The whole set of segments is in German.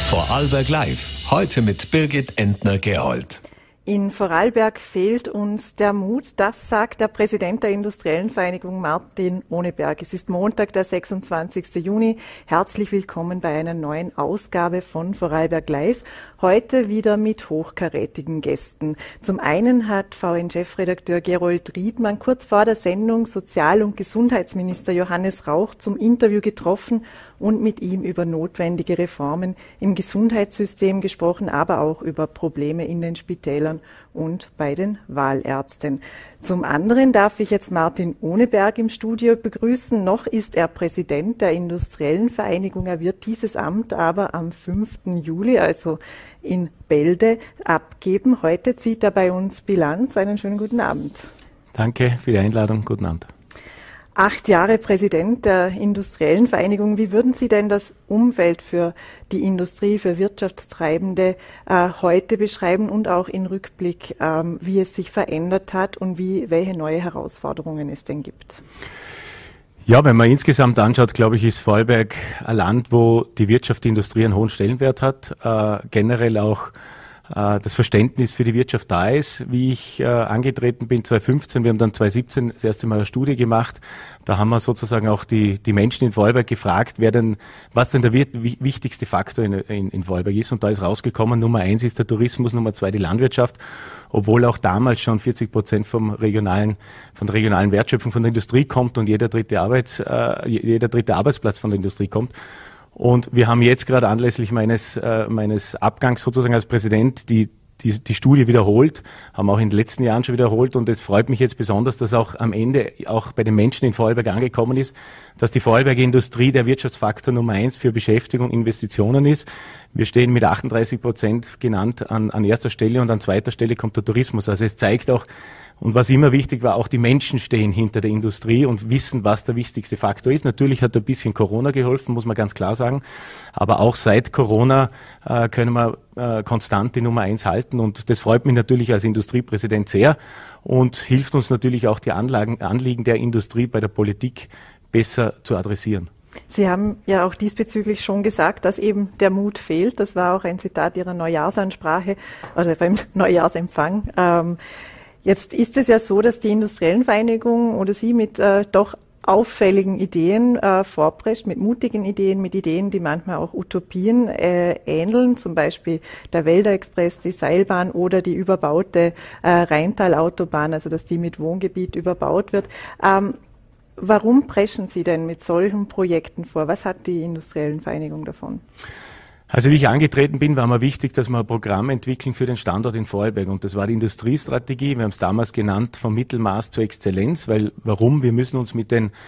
Vorarlberg Live. Heute mit Birgit Entner-Gerold. In Vorarlberg fehlt uns der Mut, das sagt der Präsident der Industriellen Vereinigung Martin Ohneberg. Es ist Montag, der 26. Juni. Herzlich willkommen bei einer neuen Ausgabe von Vorarlberg Live. Heute wieder mit hochkarätigen Gästen. Zum einen hat VN-Chefredakteur Gerold Riedmann kurz vor der Sendung Sozial- und Gesundheitsminister Johannes Rauch zum Interview getroffen und mit ihm über notwendige Reformen im Gesundheitssystem gesprochen, aber auch über Probleme in den Spitälern und bei den Wahlärzten. Zum anderen darf ich jetzt Martin Ohneberg im Studio begrüßen. Noch ist er Präsident der Industriellen Vereinigung. Er wird dieses Amt aber am 5. Juli, also in Bälde, abgeben. Heute zieht er bei uns Bilanz. Einen schönen guten Abend. Danke für die Einladung. Guten Abend. 8 Jahre Präsident der Industriellen Vereinigung. Wie würden Sie denn das Umfeld für die Industrie, für Wirtschaftstreibende heute beschreiben und auch in Rückblick, wie es sich verändert hat und welche neue Herausforderungen es denn gibt? Ja, wenn man insgesamt anschaut, glaube ich, ist Vorarlberg ein Land, wo die Wirtschaft, die Industrie einen hohen Stellenwert hat, generell auch das Verständnis für die Wirtschaft da ist. Wie ich angetreten bin 2015, wir haben dann 2017 das erste Mal eine Studie gemacht. Da haben wir sozusagen auch die Menschen in Vorarlberg gefragt, was denn der wichtigste Faktor in Vorarlberg ist. Und da ist rausgekommen, Nummer 1 ist der Tourismus, Nummer 2 die Landwirtschaft. Obwohl auch damals schon 40% von der regionalen Wertschöpfung von der Industrie kommt und jeder dritte Arbeitsplatz von der Industrie kommt. Und wir haben jetzt gerade anlässlich meines Abgangs sozusagen als Präsident die Studie wiederholt, haben auch in den letzten Jahren schon wiederholt, und es freut mich jetzt besonders, dass auch am Ende auch bei den Menschen in Vorarlberg angekommen ist, dass die Vorarlberger Industrie der Wirtschaftsfaktor Nummer 1 für Beschäftigung und Investitionen ist. Wir stehen mit 38% genannt an erster Stelle und an zweiter Stelle kommt der Tourismus. Also es zeigt auch, und was immer wichtig war, auch die Menschen stehen hinter der Industrie und wissen, was der wichtigste Faktor ist. Natürlich hat ein bisschen Corona geholfen, muss man ganz klar sagen. Aber auch seit Corona können wir konstant die Nummer 1 halten. Und das freut mich natürlich als Industriepräsident sehr und hilft uns natürlich auch, die Anliegen der Industrie bei der Politik besser zu adressieren. Sie haben ja auch diesbezüglich schon gesagt, dass eben der Mut fehlt. Das war auch ein Zitat Ihrer Neujahrsansprache, also beim Neujahrsempfang. Jetzt ist es ja so, dass die Industriellen Vereinigung oder Sie mit doch auffälligen Ideen vorprescht, mit mutigen Ideen, mit Ideen, die manchmal auch Utopien ähneln, zum Beispiel der Wälder Express, die Seilbahn oder die überbaute Rheintalautobahn, also dass die mit Wohngebiet überbaut wird. Warum preschen Sie denn mit solchen Projekten vor? Was hat die Industriellen Vereinigung davon? Also wie ich angetreten bin, war mir wichtig, dass wir ein Programm entwickeln für den Standort in Vorarlberg. Und das war die Industriestrategie. Wir haben es damals genannt, vom Mittelmaß zur Exzellenz. Warum? Wir müssen uns mit den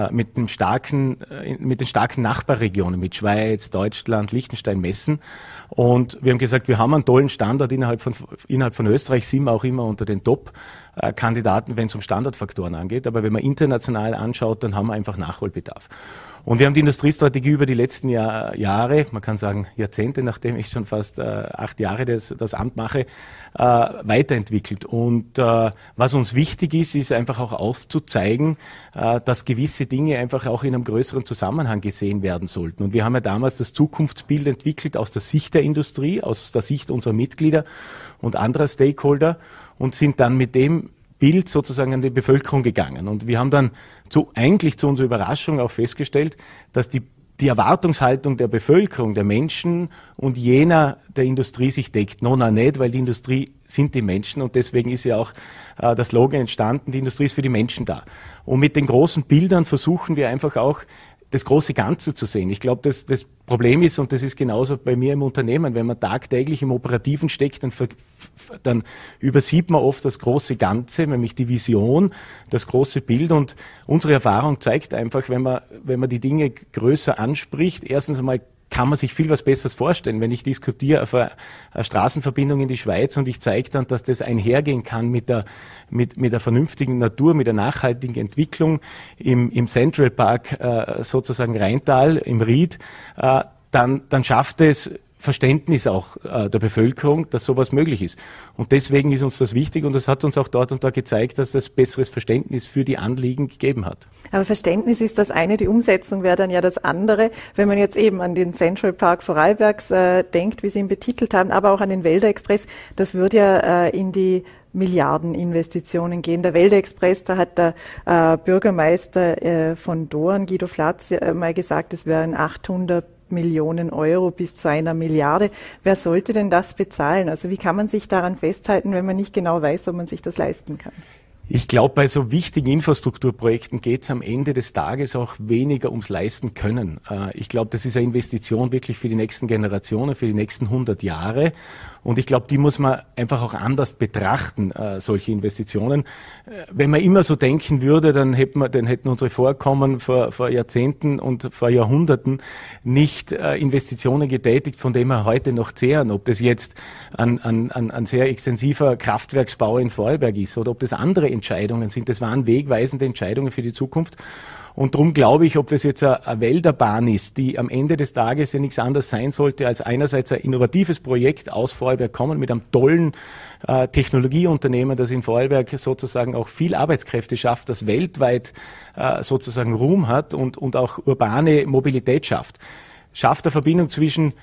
starken Nachbarregionen, mit Schweiz, Deutschland, Liechtenstein messen. Und wir haben gesagt, wir haben einen tollen Standort innerhalb von Österreich, sind wir auch immer unter den Top-Kandidaten, wenn es um Standortfaktoren angeht. Aber wenn man international anschaut, dann haben wir einfach Nachholbedarf. Und wir haben die Industriestrategie über die letzten Jahre, man kann sagen Jahrzehnte, nachdem ich schon fast 8 Jahre das Amt mache, weiterentwickelt. Und was uns wichtig ist einfach auch aufzuzeigen, dass gewisse Dinge einfach auch in einem größeren Zusammenhang gesehen werden sollten. Und wir haben ja damals das Zukunftsbild entwickelt aus der Sicht der Industrie, aus der Sicht unserer Mitglieder und anderer Stakeholder und sind dann mit dem Bild sozusagen an die Bevölkerung gegangen. Und wir haben dann eigentlich zu unserer Überraschung auch festgestellt, dass die Erwartungshaltung der Bevölkerung, der Menschen und jener der Industrie sich deckt. Nona nicht, weil die Industrie sind die Menschen und deswegen ist ja auch der Slogan entstanden, die Industrie ist für die Menschen da. Und mit den großen Bildern versuchen wir einfach auch das große Ganze zu sehen. Ich glaube, das Problem ist, und das ist genauso bei mir im Unternehmen, wenn man tagtäglich im Operativen steckt, dann übersieht man oft das große Ganze, nämlich die Vision, das große Bild. Und unsere Erfahrung zeigt einfach, wenn man die Dinge größer anspricht, erstens einmal kann man sich viel was Besseres vorstellen. Wenn ich diskutiere auf eine Straßenverbindung in die Schweiz und ich zeige dann, dass das einhergehen kann mit der vernünftigen Natur, mit der nachhaltigen Entwicklung im Central Park, sozusagen Rheintal, im Ried, dann schafft es Verständnis auch der Bevölkerung, dass sowas möglich ist. Und deswegen ist uns das wichtig und das hat uns auch dort und da gezeigt, dass das besseres Verständnis für die Anliegen gegeben hat. Aber Verständnis ist das eine, die Umsetzung wäre dann ja das andere. Wenn man jetzt eben an den Central Park Vorarlbergs denkt, wie Sie ihn betitelt haben, aber auch an den Wälder Express, das würde ja in die Milliardeninvestitionen gehen. Der Wälder Express, da hat der Bürgermeister von Doorn, Guido Flatz, mal gesagt, es wären 800 Millionen Euro bis zu 1 Milliarde. Wer sollte denn das bezahlen? Also wie kann man sich daran festhalten, wenn man nicht genau weiß, ob man sich das leisten kann? Ich glaube, bei so wichtigen Infrastrukturprojekten geht es am Ende des Tages auch weniger ums Leisten können. Ich glaube, das ist eine Investition wirklich für die nächsten Generationen, für die nächsten 100 Jahre. Und ich glaube, die muss man einfach auch anders betrachten, solche Investitionen. Wenn man immer so denken würde, dann hätten unsere Vorkommen vor Jahrzehnten und vor Jahrhunderten nicht Investitionen getätigt, von denen wir heute noch zehren. Ob das jetzt ein sehr extensiver Kraftwerksbau in Vorarlberg ist oder ob das andere Entscheidungen sind. Das waren wegweisende Entscheidungen für die Zukunft. Und darum glaube ich, ob das jetzt eine Wälderbahn ist, die am Ende des Tages ja nichts anderes sein sollte, als einerseits ein innovatives Projekt aus Vorarlberg kommen mit einem tollen Technologieunternehmen, das in Vorarlberg sozusagen auch viel Arbeitskräfte schafft, das weltweit sozusagen Ruhm hat und auch urbane Mobilität schafft. Schafft eine Verbindung zwischen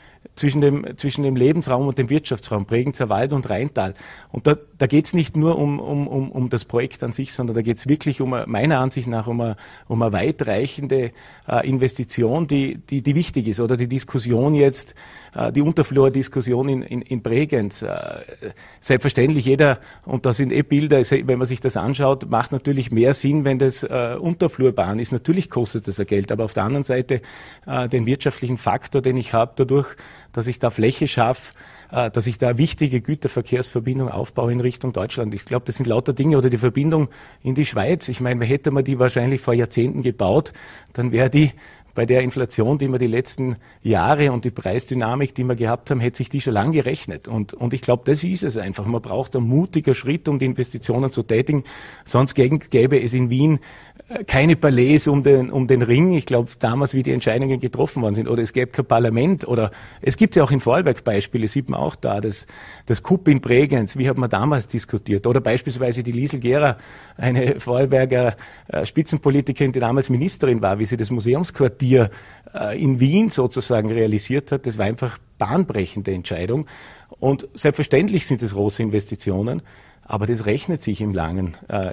dem Lebensraum und dem Wirtschaftsraum, Bregenzer Wald und Rheintal. Und da geht es nicht nur um das Projekt an sich, sondern da geht es wirklich meiner Ansicht nach um eine weitreichende Investition, die wichtig ist. Oder die Diskussion jetzt, die Unterflur-Diskussion in Bregenz. Selbstverständlich jeder, und da sind Bilder, wenn man sich das anschaut, macht natürlich mehr Sinn, wenn das Unterflurbahn ist. Natürlich kostet das ja Geld, aber auf der anderen Seite den wirtschaftlichen Faktor, den ich habe, dadurch, dass ich da Fläche schaffe, dass ich da wichtige Güterverkehrsverbindung aufbaue in Richtung Deutschland. Ich glaube, das sind lauter Dinge. Oder die Verbindung in die Schweiz. Ich meine, hätte man die wahrscheinlich vor Jahrzehnten gebaut, dann wäre die bei der Inflation, die wir die letzten Jahre und die Preisdynamik, die wir gehabt haben, hätte sich die schon lange gerechnet. Und ich glaube, das ist es einfach. Man braucht einen mutigen Schritt, um die Investitionen zu tätigen. Sonst gäbe es in Wien keine Palais um den Ring. Ich glaube, damals, wie die Entscheidungen getroffen worden sind. Oder es gäbe kein Parlament. Oder es gibt ja auch in Vorarlberg Beispiele, sieht man auch da. Das KUP in Bregenz, wie hat man damals diskutiert? Oder beispielsweise die Liesel Gera, eine Vorarlberger Spitzenpolitikerin, die damals Ministerin war, wie sie das Museumsquartier in Wien sozusagen realisiert hat. Das war einfach bahnbrechende Entscheidung. Und selbstverständlich sind es große Investitionen. Aber das rechnet sich im Long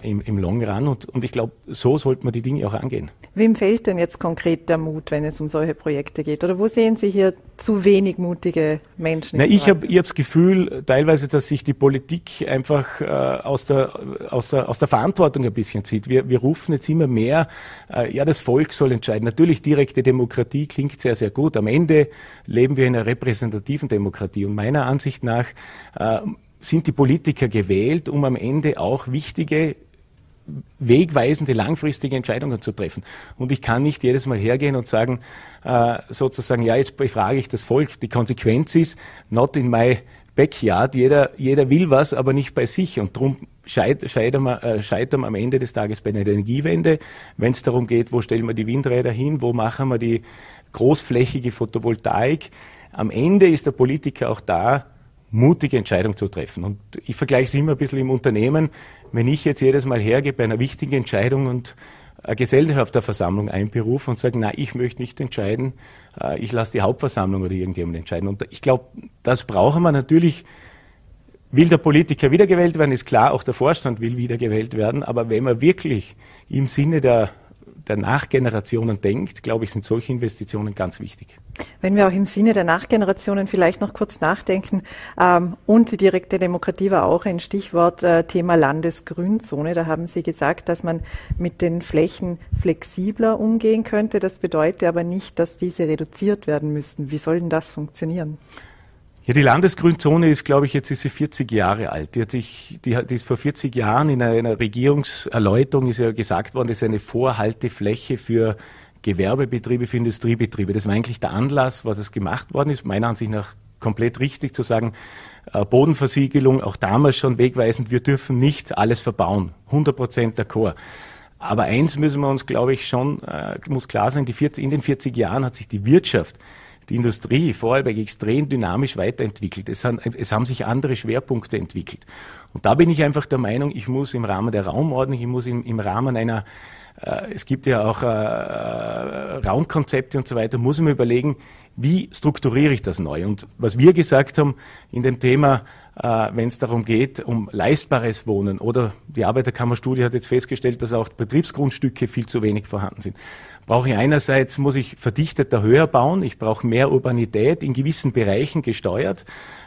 Run und ich glaube, so sollte man die Dinge auch angehen. Wem fehlt denn jetzt konkret der Mut, wenn es um solche Projekte geht? Oder wo sehen Sie hier zu wenig mutige Menschen? Ich habe das Gefühl, teilweise, dass sich die Politik einfach aus der Verantwortung ein bisschen zieht. Wir rufen jetzt immer mehr, das Volk soll entscheiden. Natürlich, direkte Demokratie klingt sehr, sehr gut. Am Ende leben wir in einer repräsentativen Demokratie und meiner Ansicht nach sind die Politiker gewählt, um am Ende auch wichtige, wegweisende, langfristige Entscheidungen zu treffen. Und ich kann nicht jedes Mal hergehen und sagen, sozusagen, jetzt befrage ich das Volk. Die Konsequenz ist, not in my backyard. Jeder will was, aber nicht bei sich. Und darum scheitern wir am Ende des Tages bei der Energiewende, wenn es darum geht, wo stellen wir die Windräder hin, wo machen wir die großflächige Photovoltaik. Am Ende ist der Politiker auch da, mutige Entscheidung zu treffen. Und ich vergleiche es immer ein bisschen im Unternehmen. Wenn ich jetzt jedes Mal hergehe bei einer wichtigen Entscheidung und eine Gesellschafterversammlung einberufe und sage, nein, ich möchte nicht entscheiden, ich lasse die Hauptversammlung oder irgendjemand entscheiden. Und ich glaube, das brauchen wir natürlich. Will der Politiker wiedergewählt werden, ist klar, auch der Vorstand will wiedergewählt werden. Aber wenn man wirklich im Sinne der Nachgenerationen denkt, glaube ich, sind solche Investitionen ganz wichtig. Wenn wir auch im Sinne der Nachgenerationen vielleicht noch kurz nachdenken, und die direkte Demokratie war auch ein Stichwort, Thema Landesgrünzone. Da haben Sie gesagt, dass man mit den Flächen flexibler umgehen könnte. Das bedeutet aber nicht, dass diese reduziert werden müssten. Wie soll denn das funktionieren? Ja, die Landesgrünzone ist, glaube ich, jetzt ist sie 40 Jahre alt. Die ist vor 40 Jahren in einer Regierungserläuterung ist ja gesagt worden, das ist eine Vorhaltefläche für Gewerbebetriebe, für Industriebetriebe. Das war eigentlich der Anlass, was das gemacht worden ist. Meiner Ansicht nach komplett richtig zu sagen, Bodenversiegelung, auch damals schon wegweisend, wir dürfen nicht alles verbauen. 100% d'accord. Aber eins müssen wir uns, glaube ich, schon, muss klar sein, in den 40 Jahren hat sich die Wirtschaft die Industrie Vorarlberg extrem dynamisch weiterentwickelt. Es haben sich andere Schwerpunkte entwickelt. Und da bin ich einfach der Meinung, ich muss im Rahmen der Raumordnung, ich muss im Rahmen einer, es gibt ja auch Raumkonzepte und so weiter, muss ich mir überlegen, wie strukturiere ich das neu? Und was wir gesagt haben in dem Thema, wenn es darum geht, um leistbares Wohnen oder die Arbeiterkammerstudie hat jetzt festgestellt, dass auch Betriebsgrundstücke viel zu wenig vorhanden sind. Brauche ich einerseits, muss ich verdichteter höher bauen, ich brauche mehr Urbanität in gewissen Bereichen gesteuert,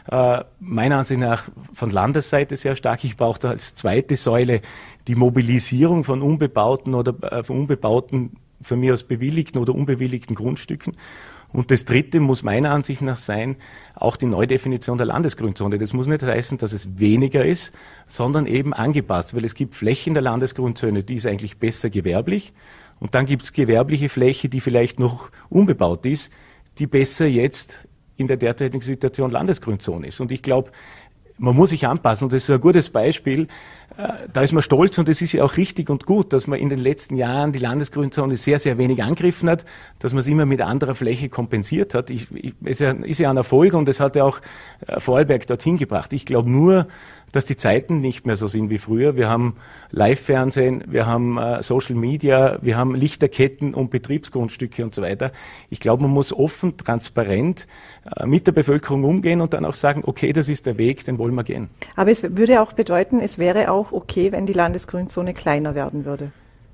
meiner Ansicht nach von Landesseite sehr stark. Ich brauche da als zweite Säule die Mobilisierung von unbebauten oder von unbebauten, von mir aus bewilligten oder unbewilligten Grundstücken. Und das Dritte muss meiner Ansicht nach sein, auch die Neudefinition der Landesgrünzone. Das muss nicht heißen, dass es weniger ist, sondern eben angepasst, weil es gibt Flächen der Landesgrünzone, die ist eigentlich besser gewerblich. Und dann gibt es gewerbliche Fläche, die vielleicht noch unbebaut ist, die besser jetzt in der derzeitigen Situation Landesgrünzone ist. Und ich glaube, man muss sich anpassen und das ist so ein gutes Beispiel. Da ist man stolz und es ist ja auch richtig und gut, dass man in den letzten Jahren die Landesgrünzone sehr, sehr wenig angegriffen hat, dass man es immer mit anderer Fläche kompensiert hat. Es ist ja ein Erfolg und es hat ja auch Vorarlberg dorthin gebracht. Ich glaube nur, dass die Zeiten nicht mehr so sind wie früher. Wir haben Live-Fernsehen, wir haben Social Media, wir haben Lichterketten und Betriebsgrundstücke und so weiter. Ich glaube, man muss offen, transparent mit der Bevölkerung umgehen und dann auch sagen, okay, das ist der Weg, den wollen wir gehen. Aber es würde auch bedeuten, es wäre auch okay, wenn die Landesgrünzone kleiner werden würde.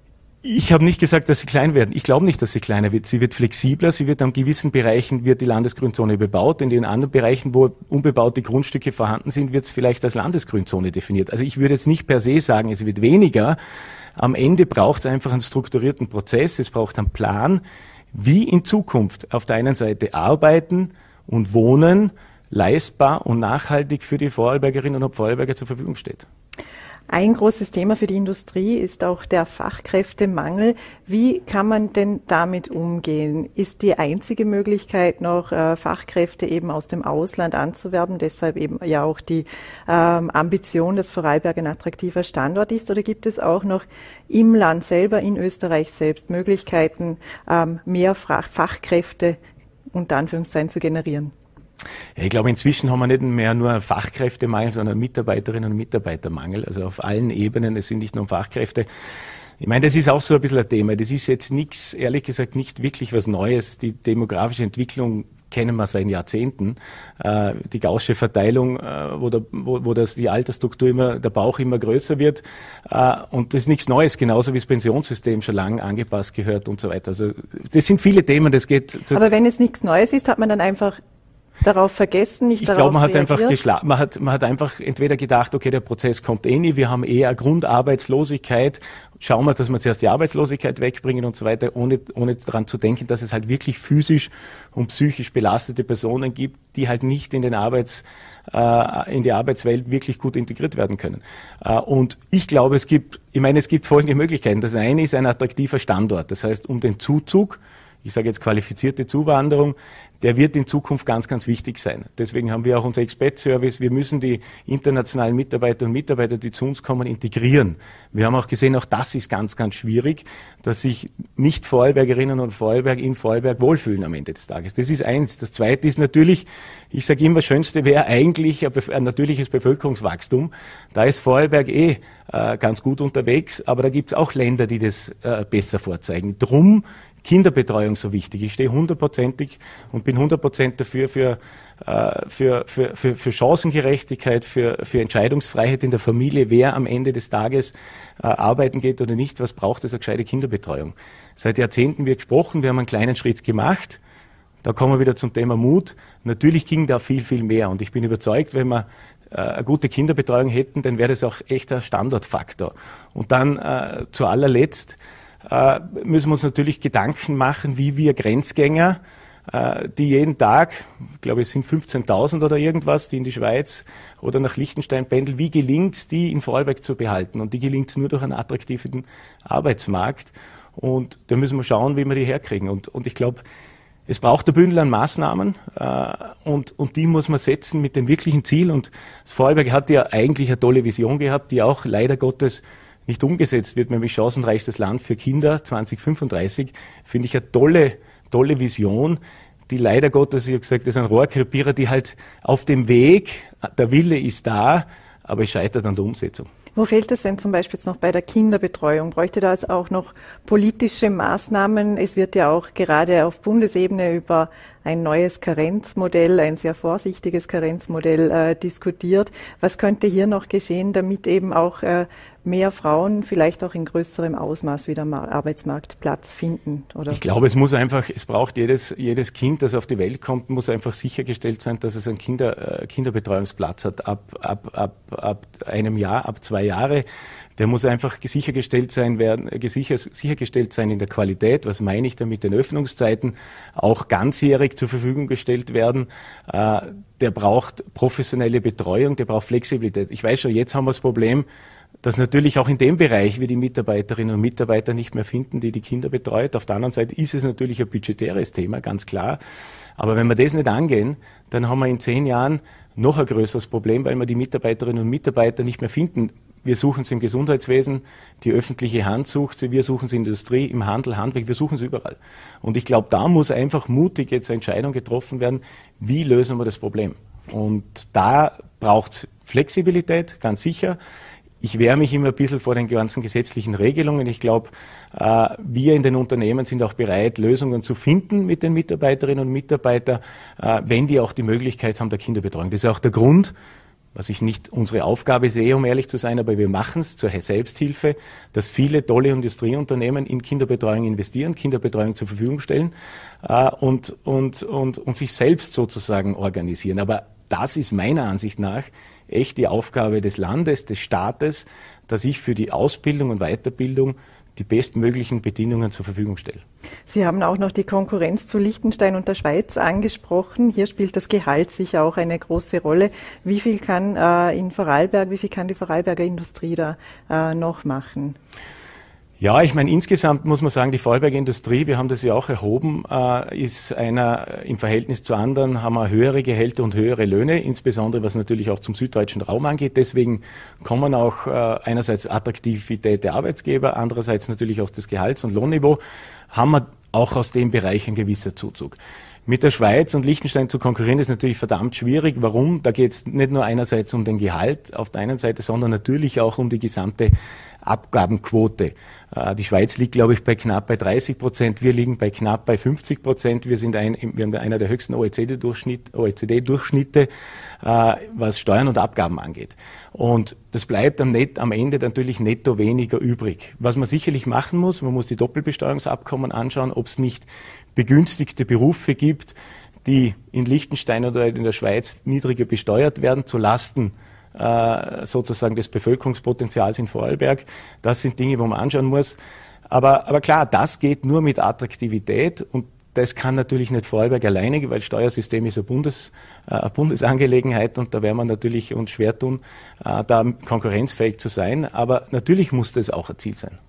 Ich habe nicht gesagt, dass sie klein werden. Ich glaube nicht, dass sie kleiner wird. Sie wird flexibler, sie wird an gewissen Bereichen, wird die Landesgrünzone bebaut. In den anderen Bereichen, wo unbebaute Grundstücke vorhanden sind, wird es vielleicht als Landesgrünzone definiert. Also ich würde jetzt nicht per se sagen, es wird weniger. Am Ende braucht es einfach einen strukturierten Prozess, es braucht einen Plan, wie in Zukunft auf der einen Seite arbeiten und wohnen leistbar und nachhaltig für die Vorarlbergerinnen und Vorarlberger zur Verfügung steht. Ein großes Thema für die Industrie ist auch der Fachkräftemangel. Wie kann man denn damit umgehen? Ist die einzige Möglichkeit noch, Fachkräfte eben aus dem Ausland anzuwerben, deshalb eben ja auch die Ambition, dass Vorarlberg ein attraktiver Standort ist? Oder gibt es auch noch im Land selber, in Österreich selbst, Möglichkeiten, mehr Fachkräfte unter Anführungszeichen zu generieren? Ja, ich glaube, inzwischen haben wir nicht mehr nur Fachkräftemangel, sondern Mitarbeiterinnen und Mitarbeitermangel. Also auf allen Ebenen, es sind nicht nur Fachkräfte. Ich meine, das ist auch so ein bisschen ein Thema. Das ist jetzt nichts, ehrlich gesagt, nicht wirklich was Neues. Die demografische Entwicklung kennen wir seit Jahrzehnten. Die gaußsche Verteilung, wo die Altersstruktur immer, der Bauch immer größer wird. Und das ist nichts Neues, genauso wie das Pensionssystem schon lange angepasst gehört und so weiter. Also das sind viele Themen, das geht. Aber wenn es nichts Neues ist, hat man dann einfach darauf vergessen, nicht darauf reagiert? Ich glaube, man hat einfach entweder gedacht, okay, der Prozess kommt eh nie, wir haben eher Grundarbeitslosigkeit, schauen wir, dass wir zuerst die Arbeitslosigkeit wegbringen und so weiter, ohne daran zu denken, dass es halt wirklich physisch und psychisch belastete Personen gibt, die halt nicht in die Arbeitswelt wirklich gut integriert werden können. Und ich glaube, es gibt folgende Möglichkeiten. Das eine ist ein attraktiver Standort, das heißt, um den Zuzug, ich sage jetzt qualifizierte Zuwanderung, der wird in Zukunft ganz, ganz wichtig sein. Deswegen haben wir auch unser Expert-Service. Wir müssen die internationalen Mitarbeiterinnen und Mitarbeiter, die zu uns kommen, integrieren. Wir haben auch gesehen, auch das ist ganz, ganz schwierig, dass sich nicht Vorarlbergerinnen und Vorarlberg in Vorarlberg wohlfühlen am Ende des Tages. Das ist eins. Das zweite ist natürlich, ich sage immer, das Schönste wäre eigentlich ein natürliches Bevölkerungswachstum. Da ist Vorarlberg ganz gut unterwegs, aber da gibt es auch Länder, die das besser vorzeigen. Drum Kinderbetreuung so wichtig. Ich stehe 100%ig und bin 100% dafür für Chancengerechtigkeit, für Entscheidungsfreiheit in der Familie, wer am Ende des Tages arbeiten geht oder nicht. Was braucht es? Eine gescheite Kinderbetreuung. Seit Jahrzehnten wird gesprochen, wir haben einen kleinen Schritt gemacht. Da kommen wir wieder zum Thema Mut. Natürlich ging da viel, viel mehr und ich bin überzeugt, wenn wir eine gute Kinderbetreuung hätten, dann wäre das auch echt ein Standortfaktor. Und dann zu allerletzt müssen wir uns natürlich Gedanken machen, wie wir Grenzgänger, die jeden Tag, ich glaube es sind 15.000 oder irgendwas, die in die Schweiz oder nach Liechtenstein pendeln, wie gelingt es, die in Vorarlberg zu behalten? Und die gelingt es nur durch einen attraktiven Arbeitsmarkt. Und da müssen wir schauen, wie wir die herkriegen. Und ich glaube, es braucht ein Bündel an Maßnahmen und die muss man setzen mit dem wirklichen Ziel. Und das Vorarlberg hat ja eigentlich eine tolle Vision gehabt, die auch leider Gottes nicht umgesetzt wird, nämlich chancenreichstes Land für Kinder 2035, finde ich eine tolle Vision, die leider Gottes, ich habe gesagt, das sind Rohrkrepierer, die halt auf dem Weg, der Wille ist da, aber es scheitert an der Umsetzung. Wo fehlt es denn zum Beispiel jetzt noch bei der Kinderbetreuung? Bräuchte da jetzt auch noch politische Maßnahmen? Es wird ja auch gerade auf Bundesebene über ein neues Karenzmodell, ein sehr vorsichtiges Karenzmodell diskutiert. Was könnte hier noch geschehen, damit eben auch mehr Frauen vielleicht auch in größerem Ausmaß wieder am Arbeitsmarkt Platz finden? Oder? Ich glaube, es braucht jedes Kind, das auf die Welt kommt, muss einfach sichergestellt sein, dass es einen Kinderbetreuungsplatz hat ab einem Jahr, ab 2 Jahre. Der muss einfach sichergestellt sein in der Qualität. Was meine ich damit? Den Öffnungszeiten auch ganzjährig zur Verfügung gestellt werden. Der braucht professionelle Betreuung, der braucht Flexibilität. Ich weiß schon, jetzt haben wir das Problem, dass natürlich auch in dem Bereich wir die Mitarbeiterinnen und Mitarbeiter nicht mehr finden, die Kinder betreut. Auf der anderen Seite ist es natürlich ein budgetäres Thema, ganz klar. Aber wenn wir das nicht angehen, dann haben wir in 10 Jahren noch ein größeres Problem, weil wir die Mitarbeiterinnen und Mitarbeiter nicht mehr finden. Wir suchen sie im Gesundheitswesen, die öffentliche Hand sucht sie, wir suchen sie in der Industrie, im Handel, Handwerk, wir suchen sie überall. Und ich glaube, da muss einfach mutig jetzt eine Entscheidung getroffen werden, wie lösen wir das Problem. Und da braucht es Flexibilität, ganz sicher. Ich wehre mich immer ein bisschen vor den ganzen gesetzlichen Regelungen. Ich glaube, wir in den Unternehmen sind auch bereit, Lösungen zu finden mit den Mitarbeiterinnen und Mitarbeitern, wenn die auch die Möglichkeit haben der Kinderbetreuung. Das ist auch der Grund, was ich nicht unsere Aufgabe sehe, um ehrlich zu sein, aber wir machen es zur Selbsthilfe, dass viele tolle Industrieunternehmen in Kinderbetreuung investieren, Kinderbetreuung zur Verfügung stellen und sich selbst sozusagen organisieren. Aber das ist meiner Ansicht nach echt die Aufgabe des Landes, des Staates, dass ich für die Ausbildung und Weiterbildung die bestmöglichen Bedingungen zur Verfügung stelle. Sie haben auch noch die Konkurrenz zu Liechtenstein und der Schweiz angesprochen. Hier spielt das Gehalt sicher auch eine große Rolle. Wie viel kann die Vorarlberger Industrie da noch machen? Ja, ich meine, insgesamt muss man sagen, die Vorarlberger Industrie, wir haben das ja auch erhoben, ist im Verhältnis zu anderen, haben wir höhere Gehälter und höhere Löhne, insbesondere was natürlich auch zum süddeutschen Raum angeht. Deswegen kommen auch einerseits Attraktivität der Arbeitsgeber, andererseits natürlich auch das Gehalts- und Lohnniveau, haben wir auch aus dem Bereich ein gewisser Zuzug. Mit der Schweiz und Liechtenstein zu konkurrieren ist natürlich verdammt schwierig. Warum? Da geht es nicht nur einerseits um den Gehalt auf der einen Seite, sondern natürlich auch um die gesamte Abgabenquote. Die Schweiz liegt, glaube ich, bei knapp bei 30%. Wir liegen bei knapp bei 50%. Wir haben einer der höchsten OECD-Durchschnitte, was Steuern und Abgaben angeht. Und das bleibt am Ende natürlich netto weniger übrig. Was man sicherlich machen muss, man muss die Doppelbesteuerungsabkommen anschauen, ob es nicht begünstigte Berufe gibt, die in Liechtenstein oder in der Schweiz niedriger besteuert werden, zu Lasten sozusagen des Bevölkerungspotenzials in Vorarlberg. Das sind Dinge, wo man anschauen muss. Aber klar, das geht nur mit Attraktivität und das kann natürlich nicht Vorarlberg alleine, weil Steuersystem ist eine Bundesangelegenheit und da werden wir natürlich uns schwer tun, da konkurrenzfähig zu sein. Aber natürlich muss das auch ein Ziel sein.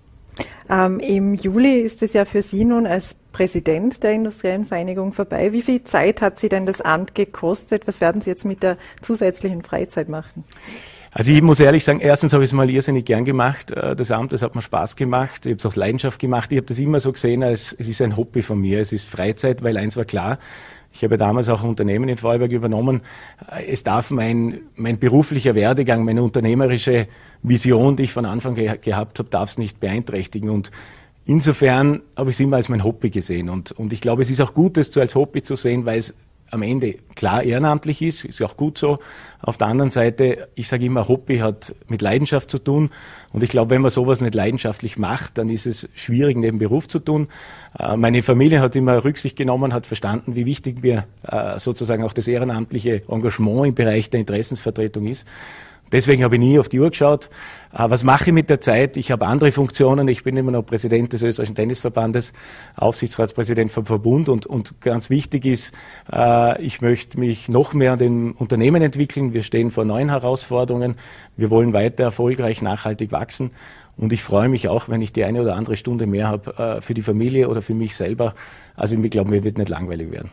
Im Juli ist es ja für Sie nun als Präsident der Industriellen Vereinigung vorbei. Wie viel Zeit hat Sie denn das Amt gekostet? Was werden Sie jetzt mit der zusätzlichen Freizeit machen? Also ich muss ehrlich sagen, erstens habe ich es mal irrsinnig gern gemacht, das Amt, das hat mir Spaß gemacht, ich habe es aus Leidenschaft gemacht, ich habe das immer so gesehen, als es ist ein Hobby von mir, es ist Freizeit, weil eins war klar, ich habe damals auch ein Unternehmen in Vorarlberg übernommen. Es darf mein beruflicher Werdegang, meine unternehmerische Vision, die ich von Anfang gehabt habe, darf es nicht beeinträchtigen. Und insofern habe ich es immer als mein Hobby gesehen. Und ich glaube, es ist auch gut, das als Hobby zu sehen, weil es am Ende klar ehrenamtlich ist auch gut so. Auf der anderen Seite, ich sage immer, Hobby hat mit Leidenschaft zu tun und ich glaube, wenn man sowas nicht leidenschaftlich macht, dann ist es schwierig, neben Beruf zu tun. Meine Familie hat immer Rücksicht genommen, hat verstanden, wie wichtig mir sozusagen auch das ehrenamtliche Engagement im Bereich der Interessensvertretung ist. Deswegen habe ich nie auf die Uhr geschaut. Was mache ich mit der Zeit? Ich habe andere Funktionen. Ich bin immer noch Präsident des Österreichischen Tennisverbandes, Aufsichtsratspräsident vom Verbund und ganz wichtig ist, ich möchte mich noch mehr an den Unternehmen entwickeln. Wir stehen vor neuen Herausforderungen. Wir wollen weiter erfolgreich, nachhaltig wachsen. Und ich freue mich auch, wenn ich die eine oder andere Stunde mehr habe für die Familie oder für mich selber. Also ich glaube, mir wird nicht langweilig werden.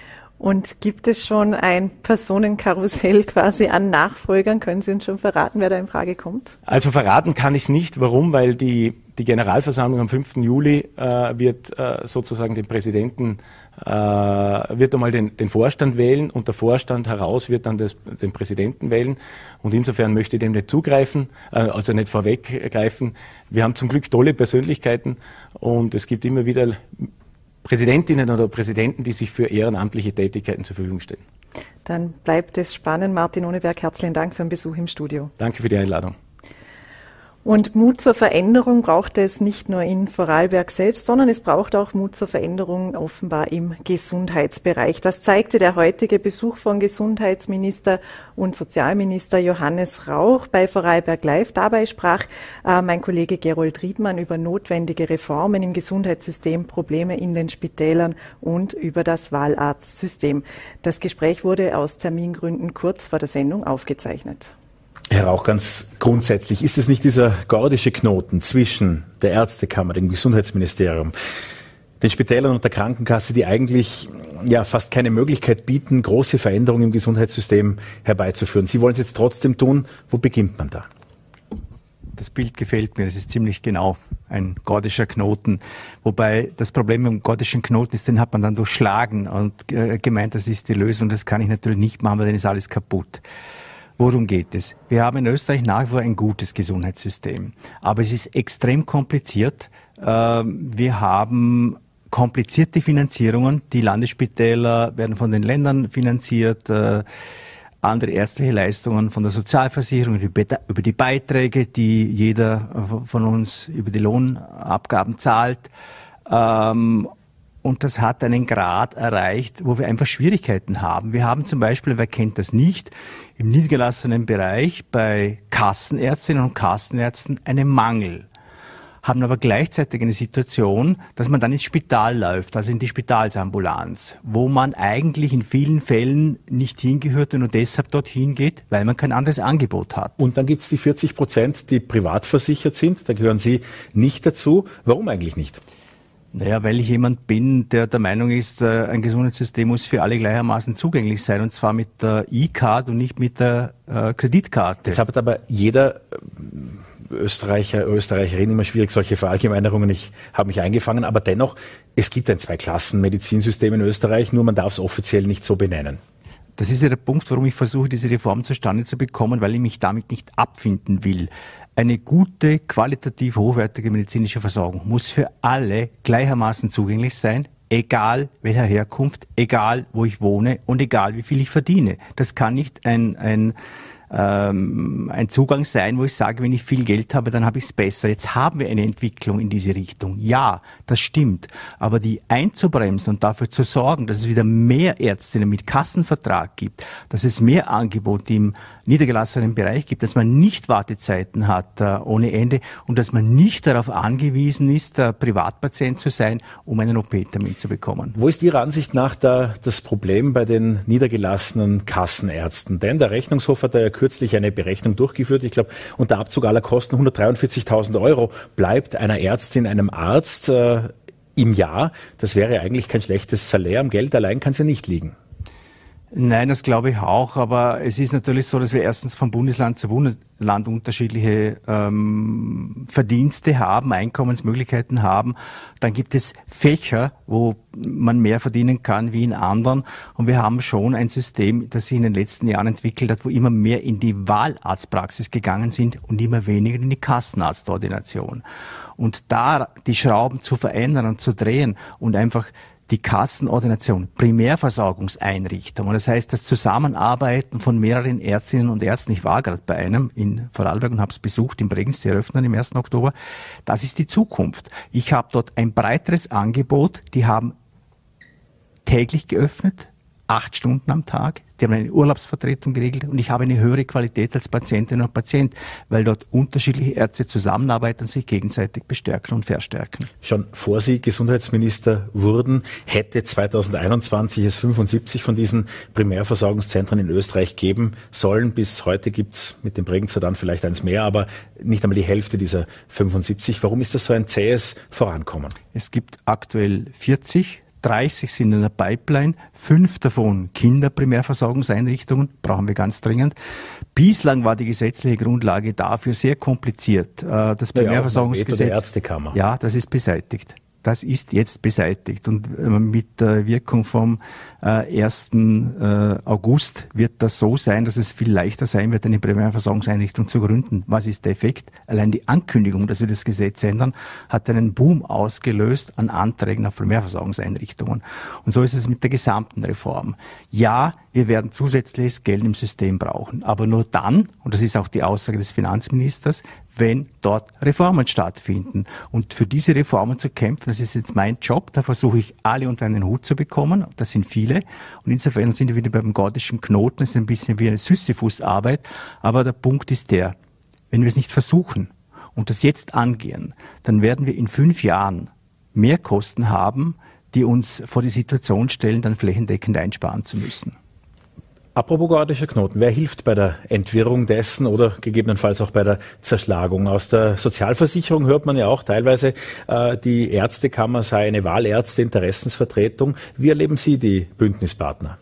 Und gibt es schon ein Personenkarussell quasi an Nachfolgern? Können Sie uns schon verraten, wer da in Frage kommt? Also verraten kann ich es nicht. Warum? Weil die Die Generalversammlung am 5. Juli wird sozusagen den Präsidenten, wird einmal den Vorstand wählen und der Vorstand heraus wird dann den Präsidenten wählen. Und insofern möchte ich dem nicht zugreifen, also nicht vorweggreifen. Wir haben zum Glück tolle Persönlichkeiten und es gibt immer wieder Präsidentinnen oder Präsidenten, die sich für ehrenamtliche Tätigkeiten zur Verfügung stellen. Dann bleibt es spannend. Martin Ohneberg, herzlichen Dank für den Besuch im Studio. Danke für die Einladung. Und Mut zur Veränderung braucht es nicht nur in Vorarlberg selbst, sondern es braucht auch Mut zur Veränderung offenbar im Gesundheitsbereich. Das zeigte der heutige Besuch von Gesundheitsminister und Sozialminister Johannes Rauch bei Vorarlberg Live. Dabei sprach mein Kollege Gerold Riedmann über notwendige Reformen im Gesundheitssystem, Probleme in den Spitälern und über das Wahlarztsystem. Das Gespräch wurde aus Termingründen kurz vor der Sendung aufgezeichnet. Herr Rauch, ganz grundsätzlich, ist es nicht dieser gordische Knoten zwischen der Ärztekammer, dem Gesundheitsministerium, den Spitälern und der Krankenkasse, die eigentlich fast keine Möglichkeit bieten, große Veränderungen im Gesundheitssystem herbeizuführen? Sie wollen es jetzt trotzdem tun. Wo beginnt man da? Das Bild gefällt mir, das ist ziemlich genau ein gordischer Knoten. Wobei das Problem mit dem gordischen Knoten ist, den hat man dann durchschlagen und gemeint, das ist die Lösung. Das kann ich natürlich nicht machen, weil dann ist alles kaputt. Worum geht es? Wir haben in Österreich nach wie vor ein gutes Gesundheitssystem, aber es ist extrem kompliziert. Wir haben komplizierte Finanzierungen. Die Landesspitäler werden von den Ländern finanziert, andere ärztliche Leistungen von der Sozialversicherung, über die Beiträge, die jeder von uns über die Lohnabgaben zahlt. Und das hat einen Grad erreicht, wo wir einfach Schwierigkeiten haben. Wir haben zum Beispiel, wer kennt das nicht, im niedergelassenen Bereich bei Kassenärztinnen und Kassenärzten einen Mangel. Haben aber gleichzeitig eine Situation, dass man dann ins Spital läuft, also in die Spitalsambulanz, wo man eigentlich in vielen Fällen nicht hingehört und nur deshalb dorthin geht, weil man kein anderes Angebot hat. Und dann gibt es die 40%, die privat versichert sind. Da gehören Sie nicht dazu. Warum eigentlich nicht? Naja, weil ich jemand bin, der der Meinung ist, ein Gesundheitssystem muss für alle gleichermaßen zugänglich sein, und zwar mit der E-Card und nicht mit der Kreditkarte. Jetzt hat aber jeder Österreicher, Österreicherin immer schwierig, solche Verallgemeinerungen. Ich habe mich eingefangen, aber dennoch, es gibt ein Zwei-Klassen-Medizinsystem in Österreich, nur man darf es offiziell nicht so benennen. Das ist ja der Punkt, warum ich versuche, diese Reform zustande zu bekommen, weil ich mich damit nicht abfinden will. Eine gute, qualitativ hochwertige medizinische Versorgung muss für alle gleichermaßen zugänglich sein, egal welcher Herkunft, egal wo ich wohne und egal wie viel ich verdiene. Das kann nicht ein Zugang sein, wo ich sage, wenn ich viel Geld habe, dann habe ich es besser. Jetzt haben wir eine Entwicklung in diese Richtung. Ja, das stimmt. Aber die einzubremsen und dafür zu sorgen, dass es wieder mehr Ärztinnen mit Kassenvertrag gibt, dass es mehr Angebot im niedergelassenen Bereich gibt, dass man nicht Wartezeiten hat ohne Ende und dass man nicht darauf angewiesen ist, Privatpatient zu sein, um einen OP-Termin zu bekommen. Wo ist Ihrer Ansicht nach das Problem bei den niedergelassenen Kassenärzten? Denn der Rechnungshof hat ja kürzlich eine Berechnung durchgeführt. Ich glaube, unter Abzug aller Kosten 143.000 € bleibt einer Ärztin, einem Arzt im Jahr. Das wäre eigentlich kein schlechtes Salär. Am Geld allein kann es ja nicht liegen. Nein, das glaube ich auch, aber es ist natürlich so, dass wir erstens von Bundesland zu Bundesland unterschiedliche Verdienste haben, Einkommensmöglichkeiten haben. Dann gibt es Fächer, wo man mehr verdienen kann wie in anderen. Und wir haben schon ein System, das sich in den letzten Jahren entwickelt hat, wo immer mehr in die Wahlarztpraxis gegangen sind und immer weniger in die Kassenarztordination. Und da die Schrauben zu verändern und zu drehen und einfach die Kassenordination, Primärversorgungseinrichtung. Und das heißt, das Zusammenarbeiten von mehreren Ärztinnen und Ärzten, ich war gerade bei einem in Vorarlberg und habe es besucht, in Bregenz, die eröffnen im 1. Oktober, das ist die Zukunft. Ich habe dort ein breiteres Angebot, die haben täglich geöffnet, 8 Stunden am Tag. Die haben eine Urlaubsvertretung geregelt und ich habe eine höhere Qualität als Patientin und Patient, weil dort unterschiedliche Ärzte zusammenarbeiten und sich gegenseitig bestärken und verstärken. Schon vor Sie Gesundheitsminister wurden, hätte 2021 es 75 von diesen Primärversorgungszentren in Österreich geben sollen. Bis heute gibt es mit dem Bregenzer dann vielleicht eins mehr, aber nicht einmal die Hälfte dieser 75. Warum ist das so ein zähes Vorankommen? Es gibt aktuell 40. 30 sind in der Pipeline, 5 davon Kinderprimärversorgungseinrichtungen, brauchen wir ganz dringend. Bislang war die gesetzliche Grundlage dafür sehr kompliziert. Das Primärversorgungsgesetz, der Ärztekammer. Ja, das ist beseitigt. Das ist jetzt beseitigt und mit der Wirkung vom 1. August wird das so sein, dass es viel leichter sein wird, eine Primärversorgungseinrichtung zu gründen. Was ist der Effekt? Allein die Ankündigung, dass wir das Gesetz ändern, hat einen Boom ausgelöst an Anträgen auf Primärversorgungseinrichtungen. Und so ist es mit der gesamten Reform. Ja, wir werden zusätzliches Geld im System brauchen, aber nur dann, und das ist auch die Aussage des Finanzministers, wenn dort Reformen stattfinden. Und für diese Reformen zu kämpfen, das ist jetzt mein Job, da versuche ich alle unter einen Hut zu bekommen, das sind viele. Und insofern sind wir wieder beim gordischen Knoten, das ist ein bisschen wie eine Sisyphus-Arbeit, aber der Punkt ist der, wenn wir es nicht versuchen und das jetzt angehen, dann werden wir in 5 Jahren mehr Kosten haben, die uns vor die Situation stellen, dann flächendeckend einsparen zu müssen. Apropos gordischer Knoten, wer hilft bei der Entwirrung dessen oder gegebenenfalls auch bei der Zerschlagung? Aus der Sozialversicherung hört man ja auch teilweise, die Ärztekammer sei eine Wahlärzte-Interessensvertretung. Wie erleben Sie die Bündnispartner?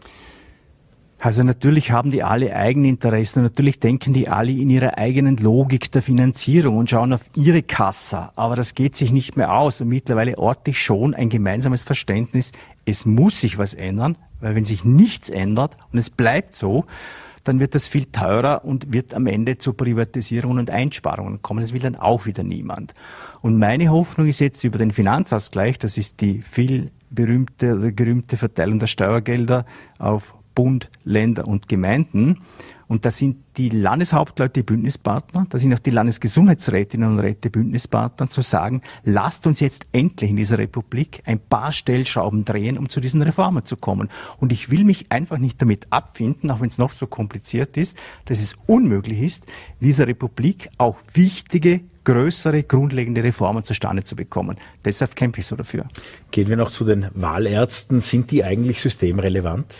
Also natürlich haben die alle eigene Interessen und natürlich denken die alle in ihrer eigenen Logik der Finanzierung und schauen auf ihre Kassa. Aber das geht sich nicht mehr aus und mittlerweile orte ich schon ein gemeinsames Verständnis, es muss sich was ändern, weil wenn sich nichts ändert und es bleibt so, dann wird das viel teurer und wird am Ende zu Privatisierungen und Einsparungen kommen. Das will dann auch wieder niemand. Und meine Hoffnung ist jetzt über den Finanzausgleich, das ist die viel gerühmte Verteilung der Steuergelder auf Bund, Länder und Gemeinden. Und da sind die Landeshauptleute Bündnispartner, da sind auch die Landesgesundheitsrätinnen und Räte Bündnispartner, zu sagen, lasst uns jetzt endlich in dieser Republik ein paar Stellschrauben drehen, um zu diesen Reformen zu kommen. Und ich will mich einfach nicht damit abfinden, auch wenn es noch so kompliziert ist, dass es unmöglich ist, in dieser Republik auch wichtige, größere, grundlegende Reformen zustande zu bekommen. Deshalb kämpfe ich so dafür. Gehen wir noch zu den Wahlärzten. Sind die eigentlich systemrelevant?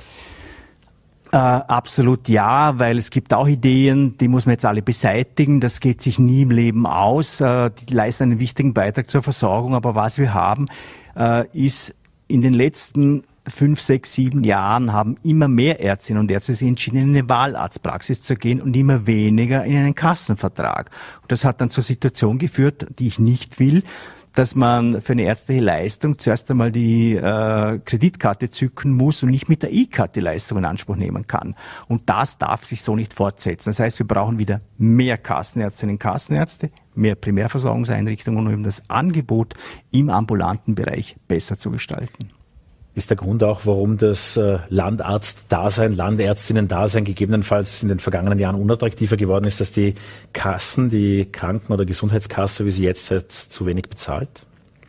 Absolut ja, weil es gibt auch Ideen, die muss man jetzt alle beseitigen. Das geht sich nie im Leben aus. Die leisten einen wichtigen Beitrag zur Versorgung. Aber was wir haben, ist in den letzten 5, 6, 7 Jahren haben immer mehr Ärztinnen und Ärzte sich entschieden, in eine Wahlarztpraxis zu gehen und immer weniger in einen Kassenvertrag. Und das hat dann zur Situation geführt, die ich nicht will, dass man für eine ärztliche Leistung zuerst einmal die Kreditkarte zücken muss und nicht mit der E-Karte die Leistung in Anspruch nehmen kann. Und das darf sich so nicht fortsetzen. Das heißt, wir brauchen wieder mehr Kassenärztinnen und Kassenärzte, mehr Primärversorgungseinrichtungen, um das Angebot im ambulanten Bereich besser zu gestalten. Ist der Grund auch, warum das Landarzt-Dasein, Landärztinnen-Dasein gegebenenfalls in den vergangenen Jahren unattraktiver geworden ist, dass die Kassen, die Kranken- oder Gesundheitskasse, wie sie jetzt zu wenig bezahlt?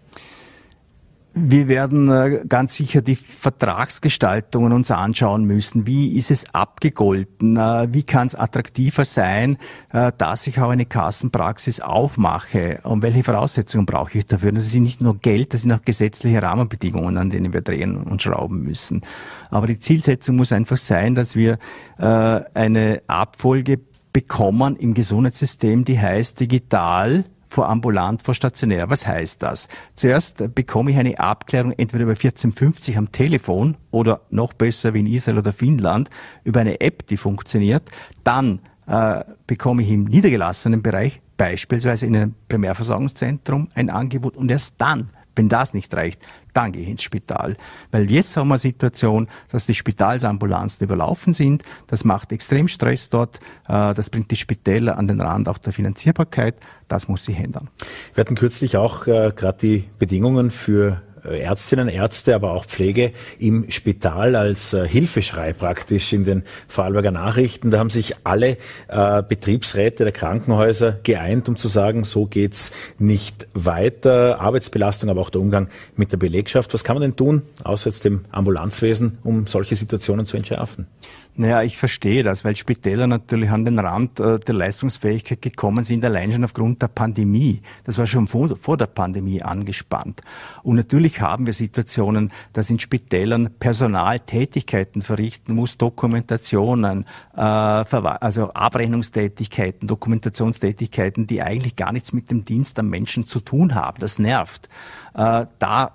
Wir werden ganz sicher die Vertragsgestaltungen uns anschauen müssen. Wie ist es abgegolten? Wie kann es attraktiver sein, dass ich auch eine Kassenpraxis aufmache? Und welche Voraussetzungen brauche ich dafür? Das ist nicht nur Geld, das sind auch gesetzliche Rahmenbedingungen, an denen wir drehen und schrauben müssen. Aber die Zielsetzung muss einfach sein, dass wir eine Abfolge bekommen im Gesundheitssystem, die heißt digital vor ambulant, vor stationär. Was heißt das? Zuerst bekomme ich eine Abklärung entweder über 1450 am Telefon oder noch besser wie in Israel oder Finnland über eine App, die funktioniert. Dann bekomme ich im niedergelassenen Bereich, beispielsweise in einem Primärversorgungszentrum, ein Angebot und erst dann, wenn das nicht reicht, dann gehe ich ins Spital. Weil jetzt haben wir eine Situation, dass die Spitalsambulanzen überlaufen sind. Das macht extrem Stress dort. Das bringt die Spitäler an den Rand auch der Finanzierbarkeit. Das muss sich ändern. Wir hatten kürzlich auch gerade die Bedingungen für Ärztinnen, Ärzte, aber auch Pflege im Spital als Hilfeschrei praktisch in den Vorarlberger Nachrichten. Da haben sich alle Betriebsräte der Krankenhäuser geeint, um zu sagen, so geht's nicht weiter. Arbeitsbelastung, aber auch der Umgang mit der Belegschaft. Was kann man denn tun, außer jetzt dem Ambulanzwesen, um solche Situationen zu entschärfen? Naja, ich verstehe das, weil Spitäler natürlich an den Rand der Leistungsfähigkeit gekommen sind, allein schon aufgrund der Pandemie. Das war schon vor der Pandemie angespannt. Und natürlich haben wir Situationen, dass in Spitälern Personal Tätigkeiten verrichten muss, Dokumentationen, also Abrechnungstätigkeiten, Dokumentationstätigkeiten, die eigentlich gar nichts mit dem Dienst am Menschen zu tun haben. Das nervt. Da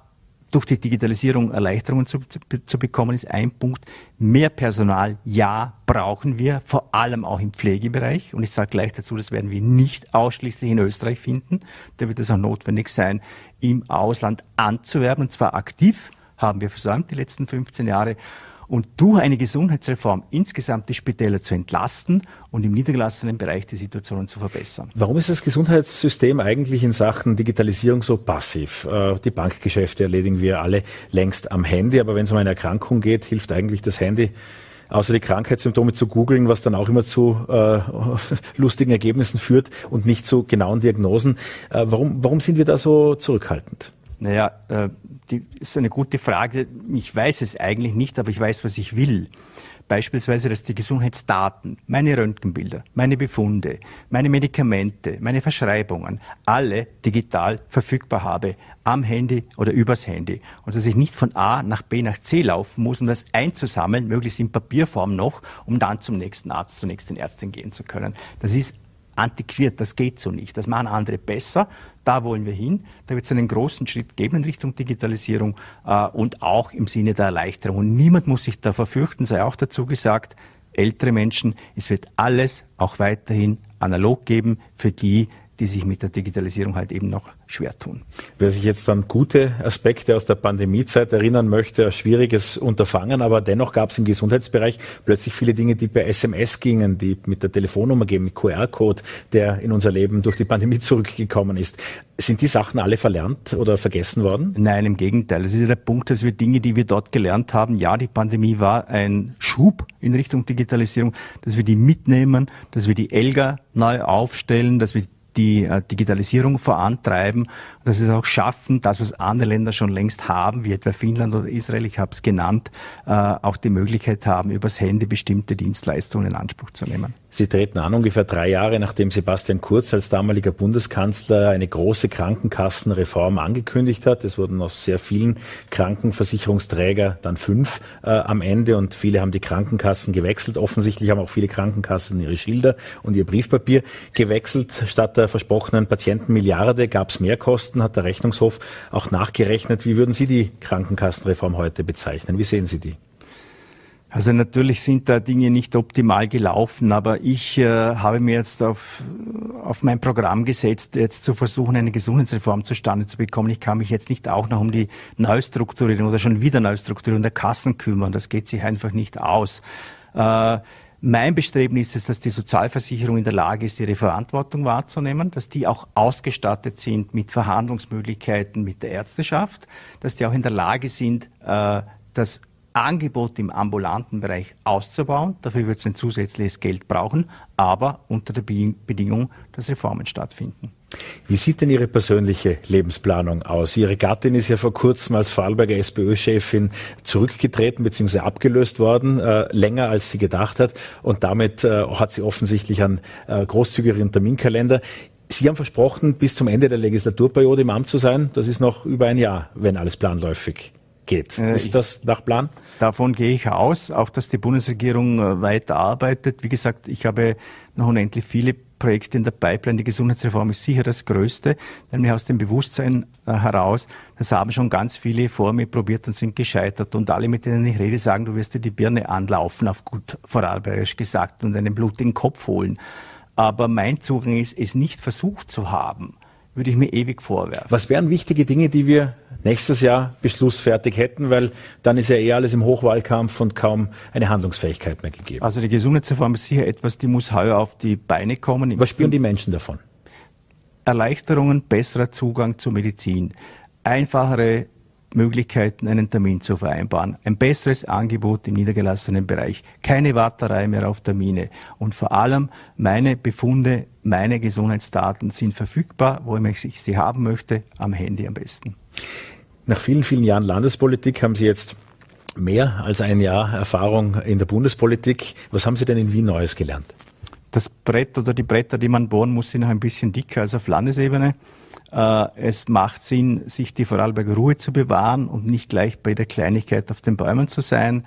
durch die Digitalisierung Erleichterungen zu bekommen, ist ein Punkt. Mehr Personal, ja, brauchen wir, vor allem auch im Pflegebereich. Und ich sage gleich dazu, das werden wir nicht ausschließlich in Österreich finden. Da wird es auch notwendig sein, im Ausland anzuwerben, und zwar aktiv, haben wir versäumt die letzten 15 Jahre. Und durch eine Gesundheitsreform insgesamt die Spitäler zu entlasten und im niedergelassenen Bereich die Situation zu verbessern. Warum ist das Gesundheitssystem eigentlich in Sachen Digitalisierung so passiv? Die Bankgeschäfte erledigen wir alle längst am Handy, aber wenn es um eine Erkrankung geht, hilft eigentlich das Handy, außer die Krankheitssymptome zu googeln, was dann auch immer zu lustigen Ergebnissen führt und nicht zu genauen Diagnosen. Warum sind wir da so zurückhaltend? Naja, ist eine gute Frage. Ich weiß es eigentlich nicht, aber ich weiß, was ich will. Beispielsweise, dass die Gesundheitsdaten, meine Röntgenbilder, meine Befunde, meine Medikamente, meine Verschreibungen, alle digital verfügbar habe, am Handy oder übers Handy. Und dass ich nicht von A nach B nach C laufen muss, um das einzusammeln, möglichst in Papierform noch, um dann zum nächsten Arzt, zur nächsten Ärztin gehen zu können. Das ist antiquiert, das geht so nicht. Das machen andere besser. Da wollen wir hin. Da wird es einen großen Schritt geben in Richtung Digitalisierung und auch im Sinne der Erleichterung. Und niemand muss sich davor fürchten, sei auch dazu gesagt, ältere Menschen, es wird alles auch weiterhin analog geben für die, die sich mit der Digitalisierung halt eben noch schwer tun. Wer sich jetzt an gute Aspekte aus der Pandemiezeit erinnern möchte, ein schwieriges Unterfangen, aber dennoch gab es im Gesundheitsbereich plötzlich viele Dinge, die per SMS gingen, die mit der Telefonnummer gehen, mit QR-Code, der in unser Leben durch die Pandemie zurückgekommen ist. Sind die Sachen alle verlernt oder vergessen worden? Nein, im Gegenteil. Das ist ja der Punkt, dass wir Dinge, die wir dort gelernt haben, ja, die Pandemie war ein Schub in Richtung Digitalisierung, dass wir die mitnehmen, dass wir die ELGA neu aufstellen, dass wir die Digitalisierung vorantreiben, dass wir es auch schaffen, das, was andere Länder schon längst haben, wie etwa Finnland oder Israel, ich habe es genannt, auch die Möglichkeit haben, übers Handy bestimmte Dienstleistungen in Anspruch zu nehmen. Sie treten an, ungefähr 3 Jahre, nachdem Sebastian Kurz als damaliger Bundeskanzler eine große Krankenkassenreform angekündigt hat. Es wurden aus sehr vielen Krankenversicherungsträger dann 5 am Ende und viele haben die Krankenkassen gewechselt. Offensichtlich haben auch viele Krankenkassen ihre Schilder und ihr Briefpapier gewechselt. Statt der versprochenen Patientenmilliarde gab es Mehrkosten, hat der Rechnungshof auch nachgerechnet. Wie würden Sie die Krankenkassenreform heute bezeichnen? Wie sehen Sie die? Also natürlich sind da Dinge nicht optimal gelaufen, aber ich habe mir jetzt auf mein Programm gesetzt, jetzt zu versuchen, eine Gesundheitsreform zustande zu bekommen. Ich kann mich jetzt nicht auch noch um die Neustrukturierung oder schon wieder Neustrukturierung der Kassen kümmern. Das geht sich einfach nicht aus. Mein Bestreben ist es, dass die Sozialversicherung in der Lage ist, ihre Verantwortung wahrzunehmen, dass die auch ausgestattet sind mit Verhandlungsmöglichkeiten mit der Ärzteschaft, dass die auch in der Lage sind, das Angebot im ambulanten Bereich auszubauen. Dafür wird es ein zusätzliches Geld brauchen, aber unter der Bedingung, dass Reformen stattfinden. Wie sieht denn Ihre persönliche Lebensplanung aus? Ihre Gattin ist ja vor kurzem als Vorarlberger SPÖ-Chefin zurückgetreten bzw. abgelöst worden, länger als sie gedacht hat. Und damit hat sie offensichtlich einen großzügigeren Terminkalender. Sie haben versprochen, bis zum Ende der Legislaturperiode im Amt zu sein. Das ist noch über ein Jahr, wenn alles planläufig geht. Ist das nach Plan? Davon gehe ich aus, auch dass die Bundesregierung weiter arbeitet. Wie gesagt, ich habe noch unendlich viele Projekte in der Pipeline. Die Gesundheitsreform ist sicher das Größte, nämlich aus dem Bewusstsein heraus, das haben schon ganz viele vor mir probiert und sind gescheitert. Und alle, mit denen ich rede, sagen, du wirst dir die Birne anlaufen, auf gut vorarlbergisch gesagt, und einen blutigen Kopf holen. Aber mein Zugang ist, es nicht versucht zu haben, würde ich mir ewig vorwerfen. Was wären wichtige Dinge, die wir nächstes Jahr beschlussfertig hätten, weil dann ist ja alles im Hochwahlkampf und kaum eine Handlungsfähigkeit mehr gegeben. Also die Gesundheitsreform ist sicher etwas, die muss heuer auf die Beine kommen. Was spüren die Menschen davon? Erleichterungen, besserer Zugang zur Medizin, einfachere Möglichkeiten, einen Termin zu vereinbaren, ein besseres Angebot im niedergelassenen Bereich, keine Warterei mehr auf Termine und vor allem meine Befunde, meine Gesundheitsdaten sind verfügbar, wo ich sie haben möchte, am Handy am besten. Nach vielen, vielen Jahren Landespolitik haben Sie jetzt mehr als ein Jahr Erfahrung in der Bundespolitik. Was haben Sie denn in Wien Neues gelernt? Das Brett oder die Bretter, die man bohren muss, sind noch ein bisschen dicker als auf Landesebene. Es macht Sinn, sich die Vorarlberger Ruhe zu bewahren und nicht gleich bei der Kleinigkeit auf den Bäumen zu sein.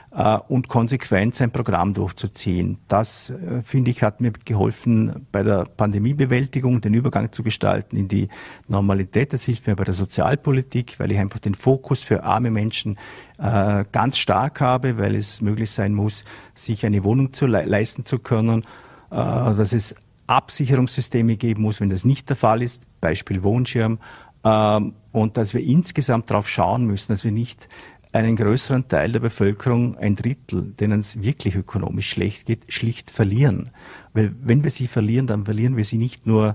und konsequent sein Programm durchzuziehen. Das, finde ich, hat mir geholfen, bei der Pandemiebewältigung den Übergang zu gestalten in die Normalität. Das hilft mir bei der Sozialpolitik, weil ich einfach den Fokus für arme Menschen ganz stark habe, weil es möglich sein muss, sich eine Wohnung leisten zu können, dass es Absicherungssysteme geben muss, wenn das nicht der Fall ist, Beispiel Wohnschirm, und dass wir insgesamt darauf schauen müssen, dass wir nicht einen größeren Teil der Bevölkerung, ein Drittel, denen es wirklich ökonomisch schlecht geht, schlicht verlieren. Weil wenn wir sie verlieren, dann verlieren wir sie nicht nur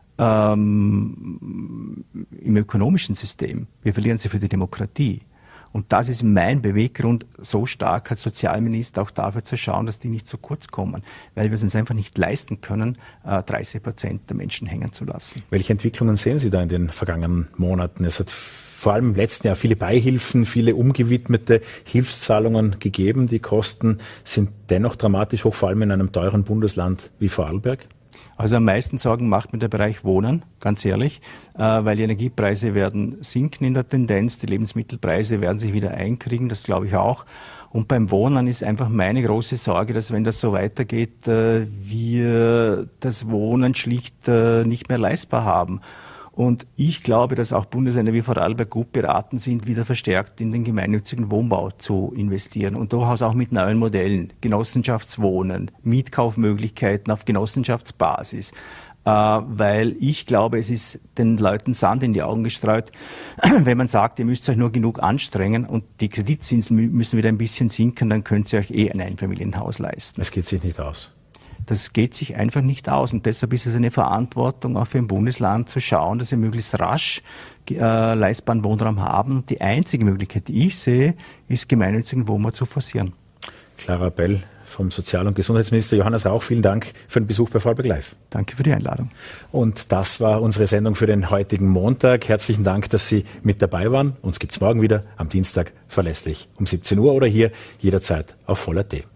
im ökonomischen System, wir verlieren sie für die Demokratie. Und das ist mein Beweggrund, so stark als Sozialminister auch dafür zu schauen, dass die nicht zu kurz kommen, weil wir es uns einfach nicht leisten können, 30% der Menschen hängen zu lassen. Welche Entwicklungen sehen Sie da in den vergangenen Monaten? Es hat vor allem im letzten Jahr viele Beihilfen, viele umgewidmete Hilfszahlungen gegeben. Die Kosten sind dennoch dramatisch hoch, vor allem in einem teuren Bundesland wie Vorarlberg. Also am meisten Sorgen macht mir der Bereich Wohnen, ganz ehrlich, weil die Energiepreise werden sinken in der Tendenz, die Lebensmittelpreise werden sich wieder einkriegen, das glaube ich auch. Und beim Wohnen ist einfach meine große Sorge, dass wenn das so weitergeht, wir das Wohnen schlicht nicht mehr leistbar haben. Und ich glaube, dass auch Bundesländer wie Vorarlberg gut beraten sind, wieder verstärkt in den gemeinnützigen Wohnbau zu investieren und durchaus auch mit neuen Modellen, Genossenschaftswohnen, Mietkaufmöglichkeiten auf Genossenschaftsbasis. Weil ich glaube, es ist den Leuten Sand in die Augen gestreut, wenn man sagt, ihr müsst euch nur genug anstrengen und die Kreditzinsen müssen wieder ein bisschen sinken, dann könnt ihr euch ein Einfamilienhaus leisten. Es geht sich nicht aus. Das geht sich einfach nicht aus und deshalb ist es eine Verantwortung auch für ein Bundesland zu schauen, dass wir möglichst rasch leistbaren Wohnraum haben. Die einzige Möglichkeit, die ich sehe, ist gemeinnützigen Wohnbau zu forcieren. Klarer Appell vom Sozial- und Gesundheitsminister Johannes Rauch. Vielen Dank für den Besuch bei Vorarlberg Live. Danke für die Einladung. Und das war unsere Sendung für den heutigen Montag. Herzlichen Dank, dass Sie mit dabei waren. Uns gibt's morgen wieder am Dienstag verlässlich um 17 Uhr oder hier jederzeit auf Voll.at.